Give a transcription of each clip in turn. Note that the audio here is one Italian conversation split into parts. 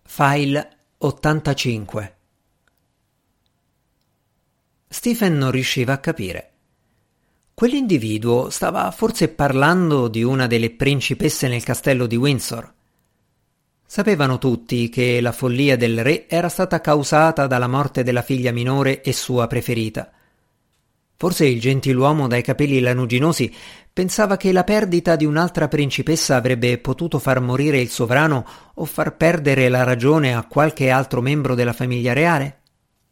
File 85. Stephen non riusciva a capire. Quell'individuo stava forse parlando di una delle principesse nel castello di Windsor. Sapevano tutti che la follia del re era stata causata dalla morte della figlia minore e sua preferita. Forse il gentiluomo dai capelli lanuginosi pensava che la perdita di un'altra principessa avrebbe potuto far morire il sovrano o far perdere la ragione a qualche altro membro della famiglia reale?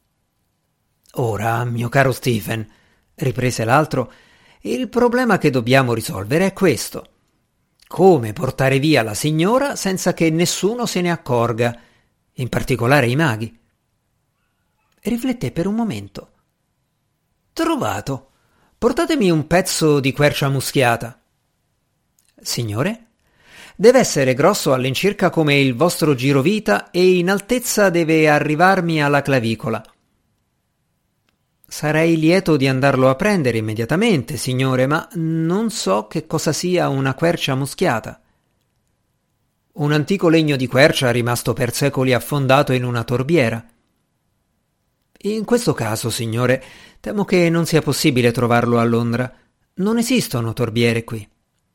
«Ora, mio caro Stephen», riprese l'altro, «il problema che dobbiamo risolvere è questo. Come portare via la signora senza che nessuno se ne accorga, in particolare i maghi?» Rifletté per un momento. «Trovato! Portatemi un pezzo di quercia muschiata». «Signore?» «Deve essere grosso all'incirca come il vostro girovita e in altezza deve arrivarmi alla clavicola». «Sarei lieto di andarlo a prendere immediatamente, signore, ma non so che cosa sia una quercia muschiata». «Un antico legno di quercia rimasto per secoli affondato in una torbiera». «In questo caso, signore, temo che non sia possibile trovarlo a Londra. Non esistono torbiere qui».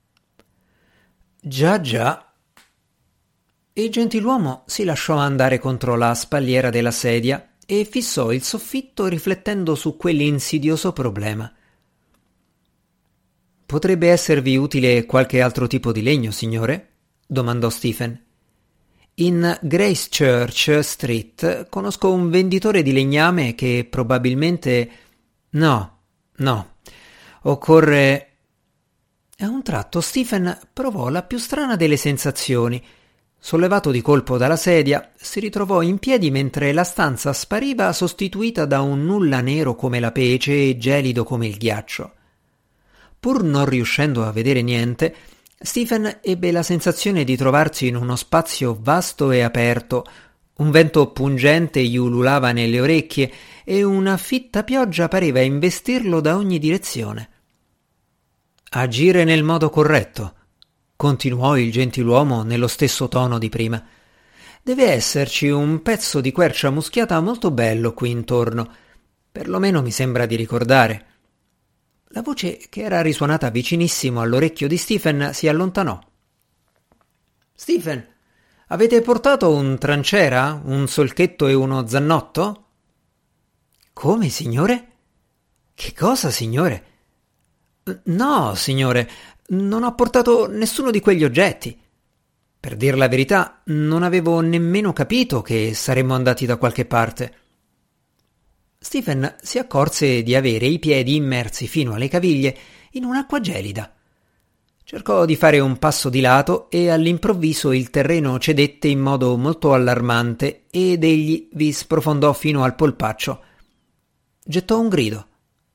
«Già». Il gentiluomo si lasciò andare contro la spalliera della sedia e fissò il soffitto riflettendo su quell'insidioso problema. «Potrebbe esservi utile qualche altro tipo di legno, signore?» domandò Stephen. «In Gracechurch Street conosco un venditore di legname che probabilmente...» No, occorre... A un tratto Stephen provò la più strana delle sensazioni. Sollevato di colpo dalla sedia, si ritrovò in piedi mentre la stanza spariva sostituita da un nulla nero come la pece e gelido come il ghiaccio. Pur non riuscendo a vedere niente, Stephen ebbe la sensazione di trovarsi in uno spazio vasto e aperto. Un vento pungente gli ululava nelle orecchie e una fitta pioggia pareva investirlo da ogni direzione. «Agire nel modo corretto», continuò il gentiluomo nello stesso tono di prima. «Deve esserci un pezzo di quercia muschiata molto bello qui intorno. Perlomeno mi sembra di ricordare». La voce, che era risuonata vicinissimo all'orecchio di Stephen, si allontanò. «Stephen, avete portato un tranciera, un solchetto e uno zannotto?» «Come, signore?» «Che cosa, signore?» «No, signore, non ho portato nessuno di quegli oggetti. Per dir la verità, non avevo nemmeno capito che saremmo andati da qualche parte». Stephen si accorse di avere i piedi immersi fino alle caviglie in un'acqua gelida. Cercò di fare un passo di lato e all'improvviso il terreno cedette in modo molto allarmante ed egli vi sprofondò fino al polpaccio. Gettò un grido.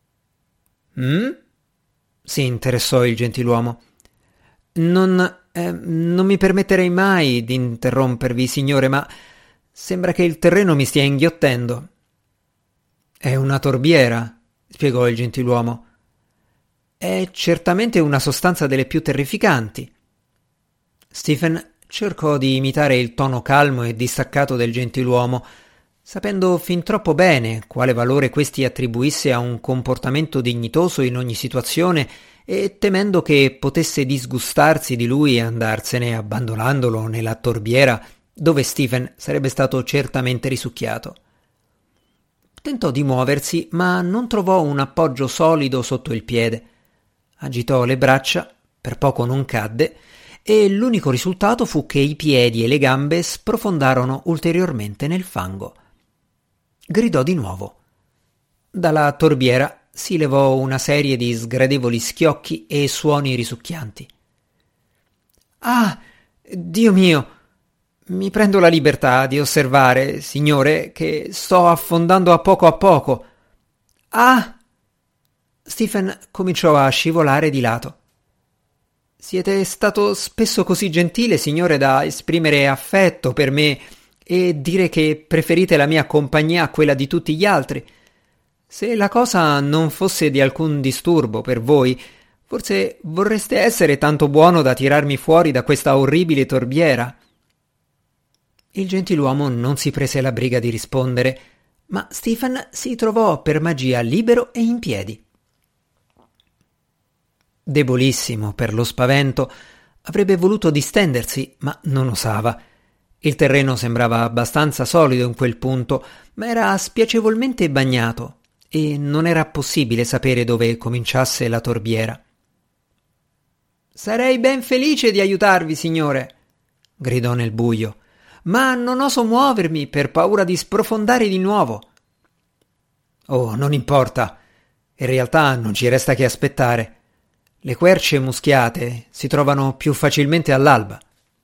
Si interessò il gentiluomo. Non mi permetterei mai di interrompervi, signore, ma sembra che il terreno mi stia inghiottendo». «È una torbiera», spiegò il gentiluomo. «È certamente una sostanza delle più terrificanti». Stephen cercò di imitare il tono calmo e distaccato del gentiluomo, sapendo fin troppo bene quale valore questi attribuisse a un comportamento dignitoso in ogni situazione e temendo che potesse disgustarsi di lui e andarsene, abbandonandolo nella torbiera dove Stephen sarebbe stato certamente risucchiato. Tentò di muoversi, ma non trovò un appoggio solido sotto il piede. Agitò le braccia, per poco non cadde, e l'unico risultato fu che i piedi e le gambe sprofondarono ulteriormente nel fango. Gridò di nuovo. Dalla torbiera si levò una serie di sgradevoli schiocchi e suoni risucchianti. «Ah, Dio mio! Mi prendo la libertà di osservare, signore, che sto affondando a poco. Ah!» Stephen cominciò a scivolare di lato. «Siete stato spesso così gentile, signore, da esprimere affetto per me e dire che preferite la mia compagnia a quella di tutti gli altri. Se la cosa non fosse di alcun disturbo per voi, forse vorreste essere tanto buono da tirarmi fuori da questa orribile torbiera». Il gentiluomo non si prese la briga di rispondere, ma Stephen si trovò per magia libero e in piedi. Debolissimo per lo spavento, avrebbe voluto distendersi, ma non osava. Il terreno sembrava abbastanza solido in quel punto, ma era spiacevolmente bagnato e non era possibile sapere dove cominciasse la torbiera. «Sarei ben felice di aiutarvi, signore», gridò nel buio, «ma non oso muovermi per paura di sprofondare di nuovo». «Oh, non importa. In realtà non ci resta che aspettare. Le querce muschiate si trovano più facilmente all'alba».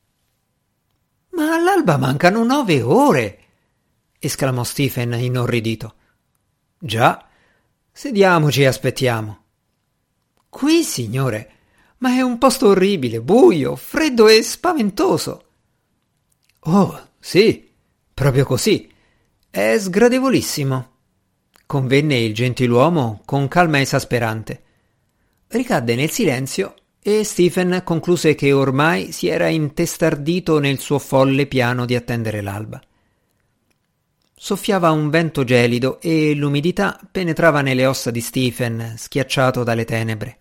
«Ma all'alba mancano 9 ore!» esclamò Stephen inorridito. «Già, sediamoci e aspettiamo». «Qui, signore, ma è un posto orribile, buio, freddo e spaventoso». «Oh, sì, proprio così. È sgradevolissimo», convenne il gentiluomo con calma esasperante. Ricadde nel silenzio e Stephen concluse che ormai si era intestardito nel suo folle piano di attendere l'alba. Soffiava un vento gelido e l'umidità penetrava nelle ossa di Stephen, schiacciato dalle tenebre.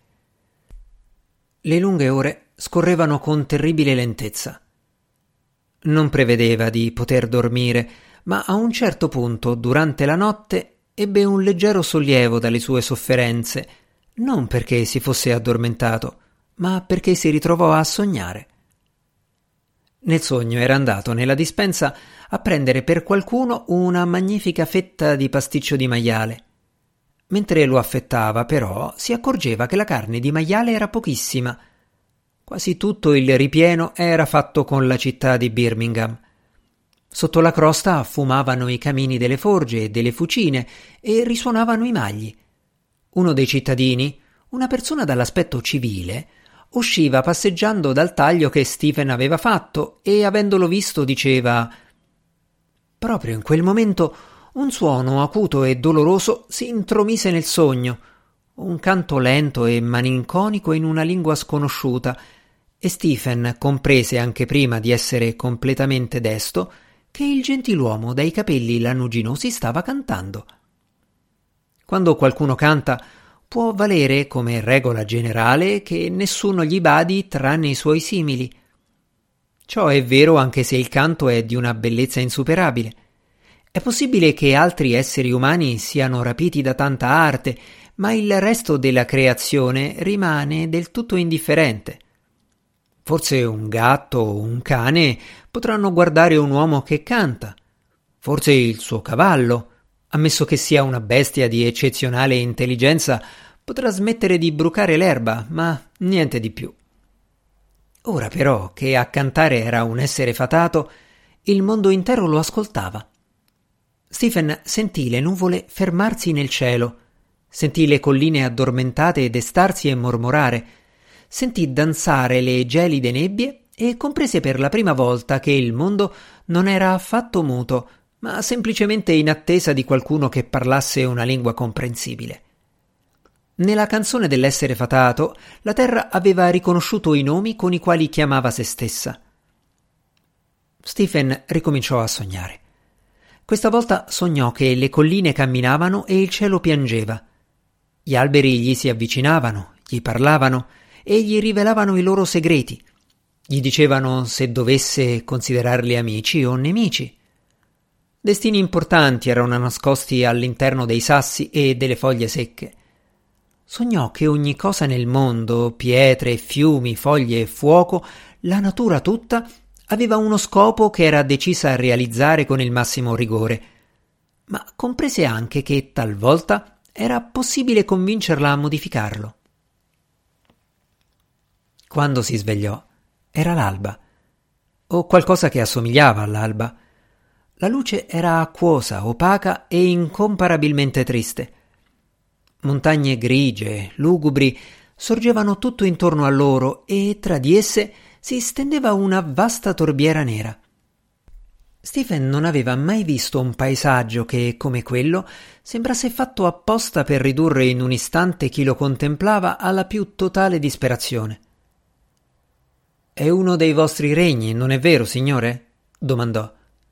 Le lunghe ore scorrevano con terribile lentezza. Non prevedeva di poter dormire, ma a un certo punto, durante la notte, ebbe un leggero sollievo dalle sue sofferenze, non perché si fosse addormentato, ma perché si ritrovò a sognare. Nel sogno era andato nella dispensa a prendere per qualcuno una magnifica fetta di pasticcio di maiale. Mentre lo affettava, però, si accorgeva che la carne di maiale era pochissima. Quasi tutto il ripieno era fatto con la città di Birmingham. Sotto la crosta affumavano i camini delle forge e delle fucine e risuonavano i magli. Uno dei cittadini, una persona dall'aspetto civile, usciva passeggiando dal taglio che Stephen aveva fatto e, avendolo visto, diceva: «Proprio in quel momento un suono acuto e doloroso si intromise nel sogno, un canto lento e malinconico in una lingua sconosciuta, e Stephen comprese anche prima di essere completamente desto che il gentiluomo dai capelli lanuginosi stava cantando. Quando qualcuno canta, può valere come regola generale che nessuno gli badi tranne i suoi simili. Ciò è vero anche se il canto è di una bellezza insuperabile. È possibile che altri esseri umani siano rapiti da tanta arte, ma il resto della creazione rimane del tutto indifferente. Forse un gatto o un cane potranno guardare un uomo che canta, forse il suo cavallo, ammesso che sia una bestia di eccezionale intelligenza, potrà smettere di brucare l'erba, ma niente di più. Ora però che a cantare era un essere fatato, il mondo intero lo ascoltava. Stephen sentì le nuvole fermarsi nel cielo, sentì le colline addormentate destarsi e mormorare, sentì danzare le gelide nebbie e comprese per la prima volta che il mondo non era affatto muto, ma semplicemente in attesa di qualcuno che parlasse una lingua comprensibile. Nella canzone dell'essere fatato, la terra aveva riconosciuto i nomi con i quali chiamava se stessa. Stephen ricominciò a sognare. Questa volta sognò che le colline camminavano e il cielo piangeva. Gli alberi gli si avvicinavano, gli parlavano e gli rivelavano i loro segreti. Gli dicevano se dovesse considerarli amici o nemici. Destini importanti erano nascosti all'interno dei sassi e delle foglie secche. Sognò che ogni cosa nel mondo, pietre, fiumi, foglie e fuoco, la natura tutta, aveva uno scopo che era decisa a realizzare con il massimo rigore, ma comprese anche che talvolta era possibile convincerla a modificarlo. Quando si svegliò, era l'alba, o qualcosa che assomigliava all'alba. La luce era acquosa, opaca e incomparabilmente triste. Montagne grigie, lugubri, sorgevano tutto intorno a loro e tra di esse si stendeva una vasta torbiera nera. Stephen non aveva mai visto un paesaggio che, come quello, sembrasse fatto apposta per ridurre in un istante chi lo contemplava alla più totale disperazione. «È uno dei vostri regni, non è vero, signore?» domandò.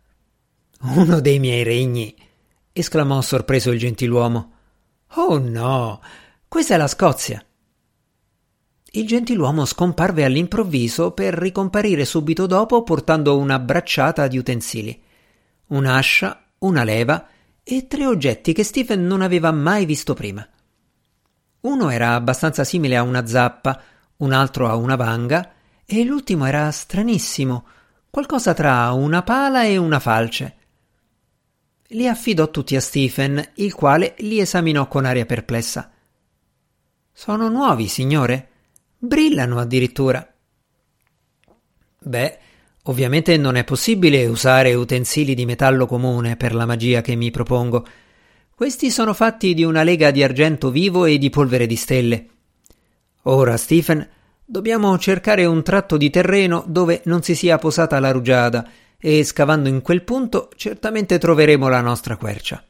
Uno dei miei regni, esclamò sorpreso il gentiluomo. Oh no, questa è la Scozia. Il gentiluomo scomparve all'improvviso per ricomparire subito dopo portando una bracciata di utensili, un'ascia, una leva e 3 oggetti che Stephen non aveva mai visto prima. Uno era abbastanza simile a una zappa, un altro a una vanga e l'ultimo era stranissimo, qualcosa tra una pala e una falce. Li affidò tutti a Stephen, il quale li esaminò con aria perplessa. «Sono nuovi, signore? Brillano addirittura». «Beh, ovviamente non è possibile usare utensili di metallo comune per la magia che mi propongo. Questi sono fatti di una lega di argento vivo e di polvere di stelle. Ora, Stephen, dobbiamo cercare un tratto di terreno dove non si sia posata la rugiada e scavando in quel punto certamente troveremo la nostra quercia».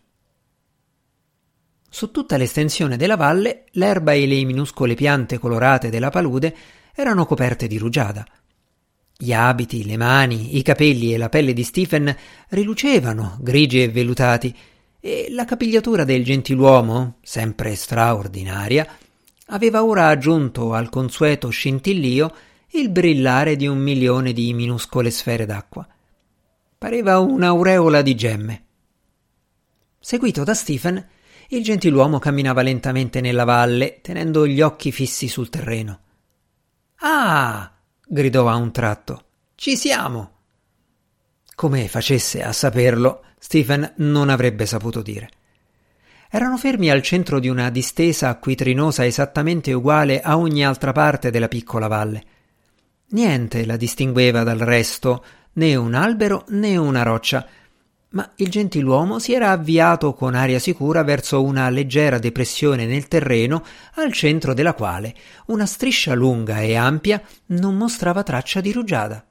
Su tutta l'estensione della valle l'erba e le minuscole piante colorate della palude erano coperte di rugiada. Gli abiti, le mani, i capelli e la pelle di Stephen rilucevano, grigi e vellutati, e la capigliatura del gentiluomo, sempre straordinaria, aveva ora aggiunto al consueto scintillio il brillare di 1.000.000 di minuscole sfere d'acqua. Pareva un'aureola di gemme. Seguito da Stephen, il gentiluomo camminava lentamente nella valle, tenendo gli occhi fissi sul terreno. «Ah!» gridò a un tratto. «Ci siamo!» Come facesse a saperlo, Stephen non avrebbe saputo dire. Erano fermi al centro di una distesa acquitrinosa esattamente uguale a ogni altra parte della piccola valle. Niente la distingueva dal resto, né un albero né una roccia, ma il gentiluomo si era avviato con aria sicura verso una leggera depressione nel terreno al centro della quale una striscia lunga e ampia non mostrava traccia di rugiada.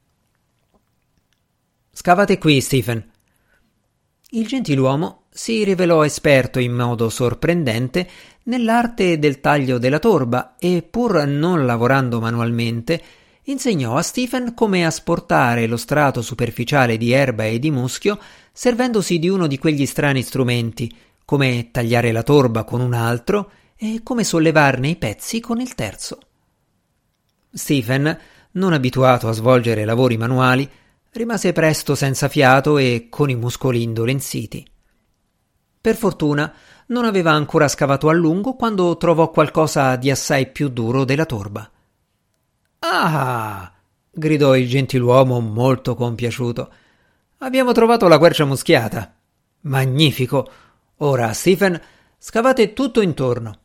«Scavate qui, Stephen». Il gentiluomo si rivelò esperto in modo sorprendente nell'arte del taglio della torba e, pur non lavorando manualmente, insegnò a Stephen come asportare lo strato superficiale di erba e di muschio servendosi di uno di quegli strani strumenti, come tagliare la torba con un altro e come sollevarne i pezzi con il terzo. Stephen, non abituato a svolgere lavori manuali, rimase presto senza fiato e con i muscoli indolenziti. Per fortuna non aveva ancora scavato a lungo quando trovò qualcosa di assai più duro della torba. «Ah!» gridò il gentiluomo molto compiaciuto. «Abbiamo trovato la quercia muschiata. Magnifico! Ora, Stephen, scavate tutto intorno».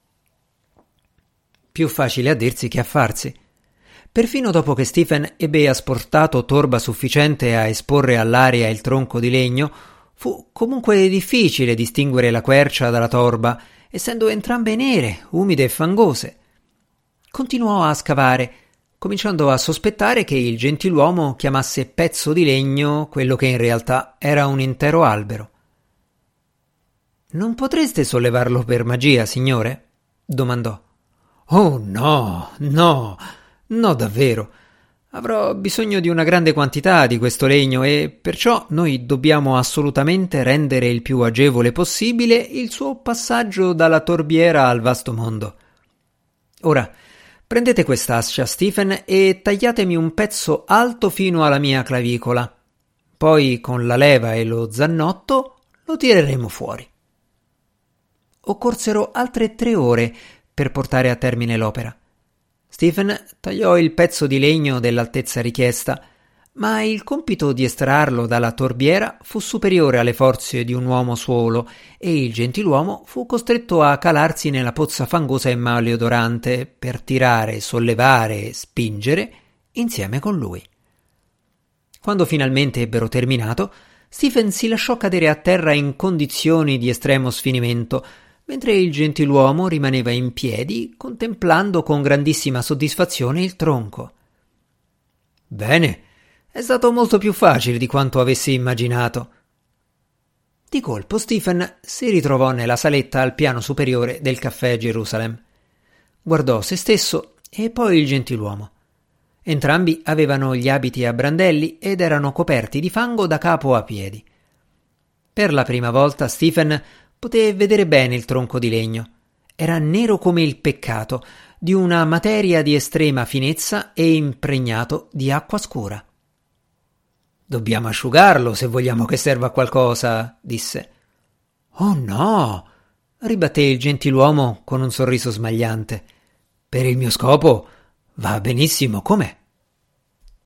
Più facile a dirsi che a farsi. Perfino dopo che Stephen ebbe asportato torba sufficiente a esporre all'aria il tronco di legno, fu comunque difficile distinguere la quercia dalla torba, essendo entrambe nere, umide e fangose. Continuò a scavare, cominciando a sospettare che il gentiluomo chiamasse pezzo di legno quello che in realtà era un intero albero. «Non potreste sollevarlo per magia, signore?» domandò. «Oh no, no, no davvero. Avrò bisogno di una grande quantità di questo legno e perciò noi dobbiamo assolutamente rendere il più agevole possibile il suo passaggio dalla torbiera al vasto mondo. Ora, prendete quest'ascia, Stephen, e tagliatemi un pezzo alto fino alla mia clavicola. Poi con la leva e lo zannotto lo tireremo fuori». Occorsero altre 3 ore per portare a termine l'opera. Stephen tagliò il pezzo di legno dell'altezza richiesta, ma il compito di estrarlo dalla torbiera fu superiore alle forze di un uomo solo e il gentiluomo fu costretto a calarsi nella pozza fangosa e maleodorante per tirare, sollevare e spingere insieme con lui. Quando finalmente ebbero terminato, Stephen si lasciò cadere a terra in condizioni di estremo sfinimento, mentre il gentiluomo rimaneva in piedi contemplando con grandissima soddisfazione il tronco. «Bene, è stato molto più facile di quanto avessi immaginato». Di colpo Stephen si ritrovò nella saletta al piano superiore del caffè Jerusalem. Guardò se stesso e poi il gentiluomo. Entrambi avevano gli abiti a brandelli ed erano coperti di fango da capo a piedi. Per la prima volta Stephen poté vedere bene il tronco di legno. Era nero come il peccato, di una materia di estrema finezza e impregnato di acqua scura. «Dobbiamo asciugarlo se vogliamo che serva a qualcosa», disse. «Oh no», ribatté il gentiluomo con un sorriso smagliante. «Per il mio scopo va benissimo com'è».